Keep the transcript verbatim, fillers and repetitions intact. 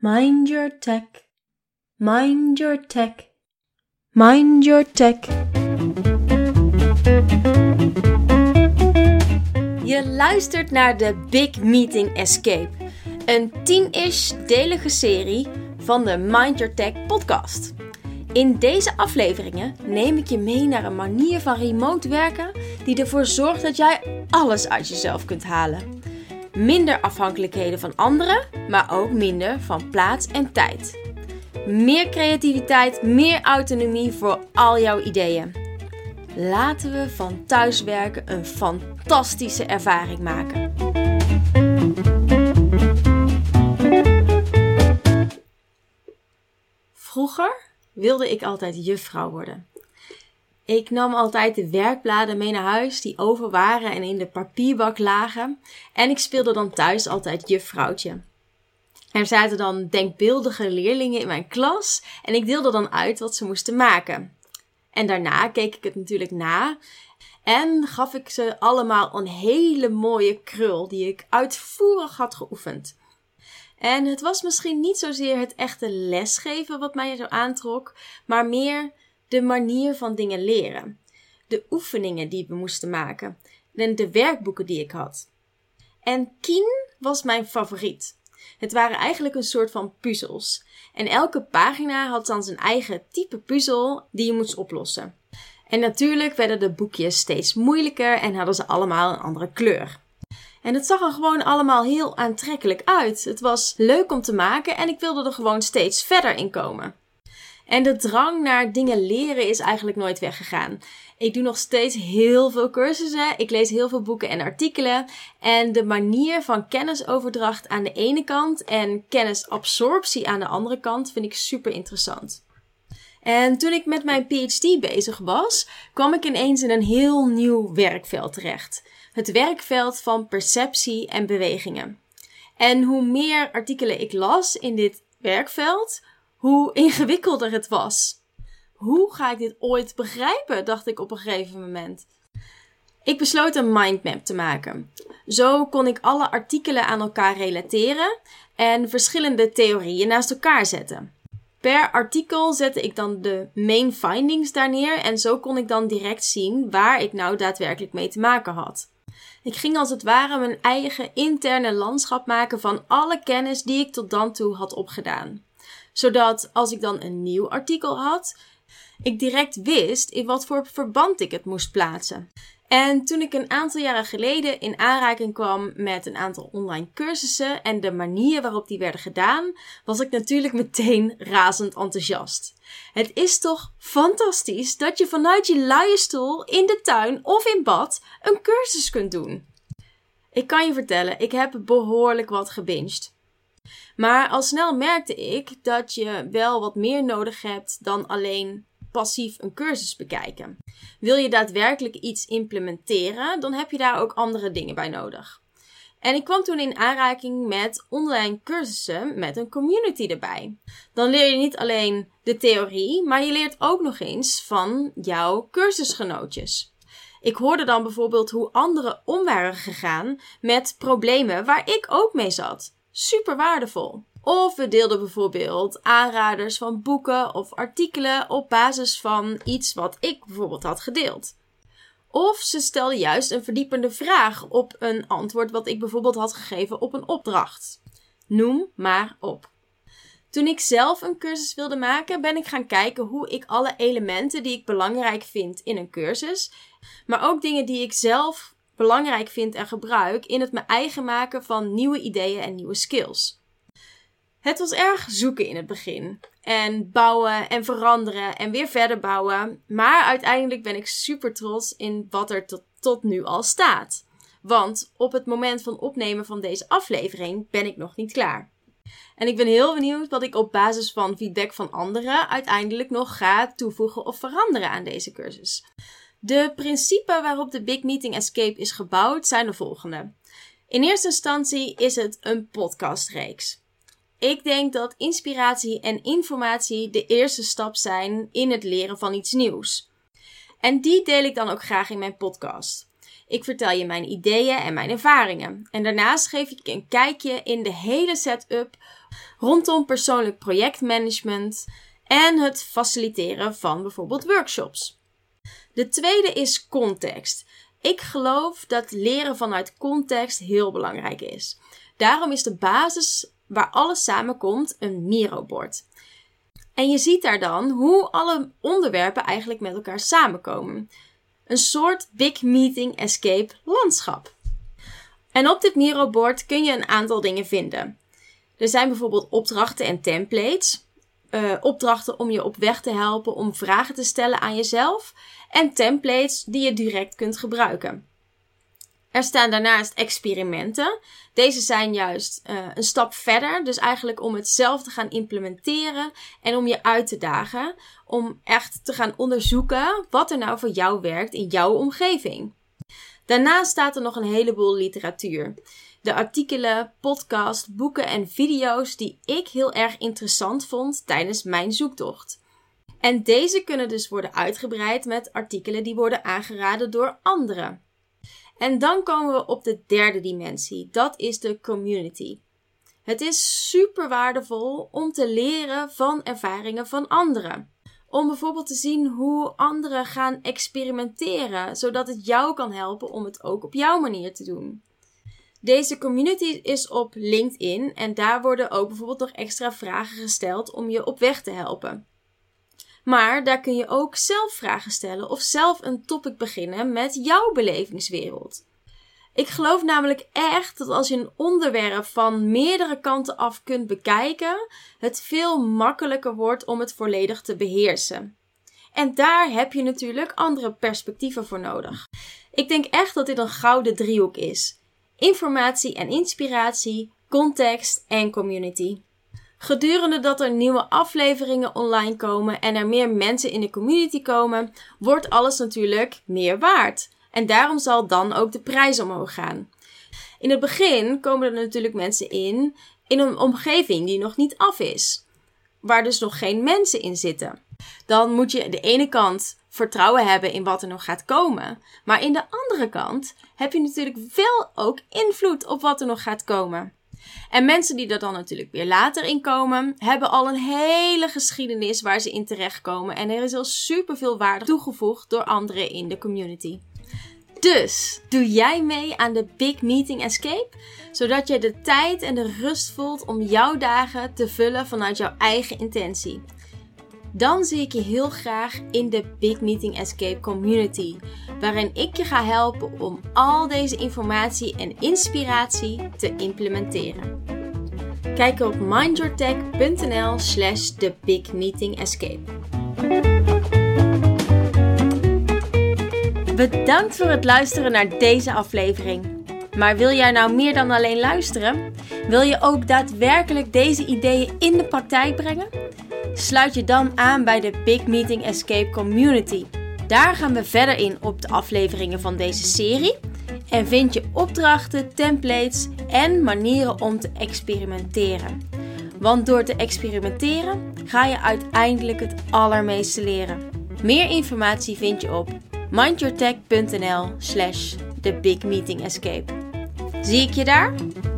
Mind your tech. Mind your tech. Mind your tech. Je luistert naar de Big Meeting Escape. Een tien-ish delige serie van de Mind Your Tech podcast. In deze afleveringen neem ik je mee naar een manier van remote werken die ervoor zorgt dat jij alles uit jezelf kunt halen. Minder afhankelijkheden van anderen, maar ook minder van plaats en tijd. Meer creativiteit, meer autonomie voor al jouw ideeën. Laten we van thuiswerken een fantastische ervaring maken. Vroeger wilde ik altijd juffrouw worden. Ik nam altijd de werkbladen mee naar huis die over waren en in de papierbak lagen. En ik speelde dan thuis altijd juffrouwtje. Er zaten dan denkbeeldige leerlingen in mijn klas en ik deelde dan uit wat ze moesten maken. En daarna keek ik het natuurlijk na en gaf ik ze allemaal een hele mooie krul die ik uitvoerig had geoefend. En het was misschien niet zozeer het echte lesgeven wat mij zo aantrok, maar meer de manier van dingen leren. De oefeningen die we moesten maken en de werkboeken die ik had. En Kien was mijn favoriet. Het waren eigenlijk een soort van puzzels. En elke pagina had dan zijn eigen type puzzel die je moest oplossen. En natuurlijk werden de boekjes steeds moeilijker en hadden ze allemaal een andere kleur. En het zag er gewoon allemaal heel aantrekkelijk uit. Het was leuk om te maken en ik wilde er gewoon steeds verder in komen. En de drang naar dingen leren is eigenlijk nooit weggegaan. Ik doe nog steeds heel veel cursussen, ik lees heel veel boeken en artikelen. En de manier van kennisoverdracht aan de ene kant en kennisabsorptie aan de andere kant vind ik super interessant. En toen ik met mijn P H D bezig was, kwam ik ineens in een heel nieuw werkveld terecht. Het werkveld van perceptie en bewegingen. En hoe meer artikelen ik las in dit werkveld, hoe ingewikkelder het was. Hoe ga ik dit ooit begrijpen, dacht ik op een gegeven moment. Ik besloot een mindmap te maken. Zo kon ik alle artikelen aan elkaar relateren en verschillende theorieën naast elkaar zetten. Per artikel zette ik dan de main findings daar neer en zo kon ik dan direct zien waar ik nou daadwerkelijk mee te maken had. Ik ging als het ware mijn eigen interne landschap maken van alle kennis die ik tot dan toe had opgedaan. Zodat als ik dan een nieuw artikel had, ik direct wist in wat voor verband ik het moest plaatsen. En toen ik een aantal jaren geleden in aanraking kwam met een aantal online cursussen en de manier waarop die werden gedaan, was ik natuurlijk meteen razend enthousiast. Het is toch fantastisch dat je vanuit je luie stoel in de tuin of in bad een cursus kunt doen. Ik kan je vertellen, ik heb behoorlijk wat gebinged. Maar al snel merkte ik dat je wel wat meer nodig hebt dan alleen passief een cursus bekijken. Wil je daadwerkelijk iets implementeren, dan heb je daar ook andere dingen bij nodig. En ik kwam toen in aanraking met online cursussen met een community erbij. Dan leer je niet alleen de theorie, maar je leert ook nog eens van jouw cursusgenootjes. Ik hoorde dan bijvoorbeeld hoe anderen om waren gegaan met problemen waar ik ook mee zat. Super waardevol. Of we deelden bijvoorbeeld aanraders van boeken of artikelen op basis van iets wat ik bijvoorbeeld had gedeeld. Of ze stelden juist een verdiepende vraag op een antwoord wat ik bijvoorbeeld had gegeven op een opdracht. Noem maar op. Toen ik zelf een cursus wilde maken, ben ik gaan kijken hoe ik alle elementen die ik belangrijk vind in een cursus, maar ook dingen die ik zelf belangrijk vind en gebruik in het mijn eigen maken van nieuwe ideeën en nieuwe skills. Het was erg zoeken in het begin. En bouwen en veranderen en weer verder bouwen. Maar uiteindelijk ben ik super trots in wat er tot, tot nu al staat. Want op het moment van opnemen van deze aflevering ben ik nog niet klaar. En ik ben heel benieuwd wat ik op basis van feedback van anderen uiteindelijk nog ga toevoegen of veranderen aan deze cursus. De principes waarop de Big Meeting Escape is gebouwd zijn de volgende. In eerste instantie is het een podcastreeks. Ik denk dat inspiratie en informatie de eerste stap zijn in het leren van iets nieuws. En die deel ik dan ook graag in mijn podcast. Ik vertel je mijn ideeën en mijn ervaringen. En daarnaast geef ik een kijkje in de hele setup rondom persoonlijk projectmanagement en het faciliteren van bijvoorbeeld workshops. De tweede is context. Ik geloof dat leren vanuit context heel belangrijk is. Daarom is de basis waar alles samenkomt een Miro-bord. En je ziet daar dan hoe alle onderwerpen eigenlijk met elkaar samenkomen. Een soort Big Meeting Escape landschap. En op dit Miro-bord kun je een aantal dingen vinden. Er zijn bijvoorbeeld opdrachten en templates. Uh, opdrachten om je op weg te helpen om vragen te stellen aan jezelf. En templates die je direct kunt gebruiken. Er staan daarnaast experimenten. Deze zijn juist uh, een stap verder. Dus eigenlijk om het zelf te gaan implementeren en om je uit te dagen. Om echt te gaan onderzoeken wat er nou voor jou werkt in jouw omgeving. Daarnaast staat er nog een heleboel literatuur. De artikelen, podcasts, boeken en video's die ik heel erg interessant vond tijdens mijn zoektocht. En deze kunnen dus worden uitgebreid met artikelen die worden aangeraden door anderen. En dan komen we op de derde dimensie. Dat is de community. Het is super waardevol om te leren van ervaringen van anderen. Om bijvoorbeeld te zien hoe anderen gaan experimenteren, zodat het jou kan helpen om het ook op jouw manier te doen. Deze community is op LinkedIn en daar worden ook bijvoorbeeld nog extra vragen gesteld om je op weg te helpen. Maar daar kun je ook zelf vragen stellen of zelf een topic beginnen met jouw belevingswereld. Ik geloof namelijk echt dat als je een onderwerp van meerdere kanten af kunt bekijken, het veel makkelijker wordt om het volledig te beheersen. En daar heb je natuurlijk andere perspectieven voor nodig. Ik denk echt dat dit een gouden driehoek is. Informatie en inspiratie, context en community. Gedurende dat er nieuwe afleveringen online komen en er meer mensen in de community komen, wordt alles natuurlijk meer waard. En daarom zal dan ook de prijs omhoog gaan. In het begin komen er natuurlijk mensen in, in een omgeving die nog niet af is. Waar dus nog geen mensen in zitten. Dan moet je aan de ene kant vertrouwen hebben in wat er nog gaat komen. Maar in de andere kant heb je natuurlijk wel ook invloed op wat er nog gaat komen. En mensen die er dan natuurlijk weer later in komen, hebben al een hele geschiedenis waar ze in terechtkomen. En er is al superveel waarde toegevoegd door anderen in de community. Dus, doe jij mee aan de Big Meeting Escape? Zodat je de tijd en de rust voelt om jouw dagen te vullen vanuit jouw eigen intentie. Dan zie ik je heel graag in de Big Meeting Escape Community, waarin ik je ga helpen om al deze informatie en inspiratie te implementeren. Kijk op mindyourtech.nl slash the Big Meeting Escape. Bedankt voor het luisteren naar deze aflevering. Maar wil jij nou meer dan alleen luisteren? Wil je ook daadwerkelijk deze ideeën in de praktijk brengen? Sluit je dan aan bij de Big Meeting Escape Community. Daar gaan we verder in op de afleveringen van deze serie en vind je opdrachten, templates en manieren om te experimenteren. Want door te experimenteren ga je uiteindelijk het allermeeste leren. Meer informatie vind je op mindyourtech.nl slash the Big Meeting Escape. Zie ik je daar?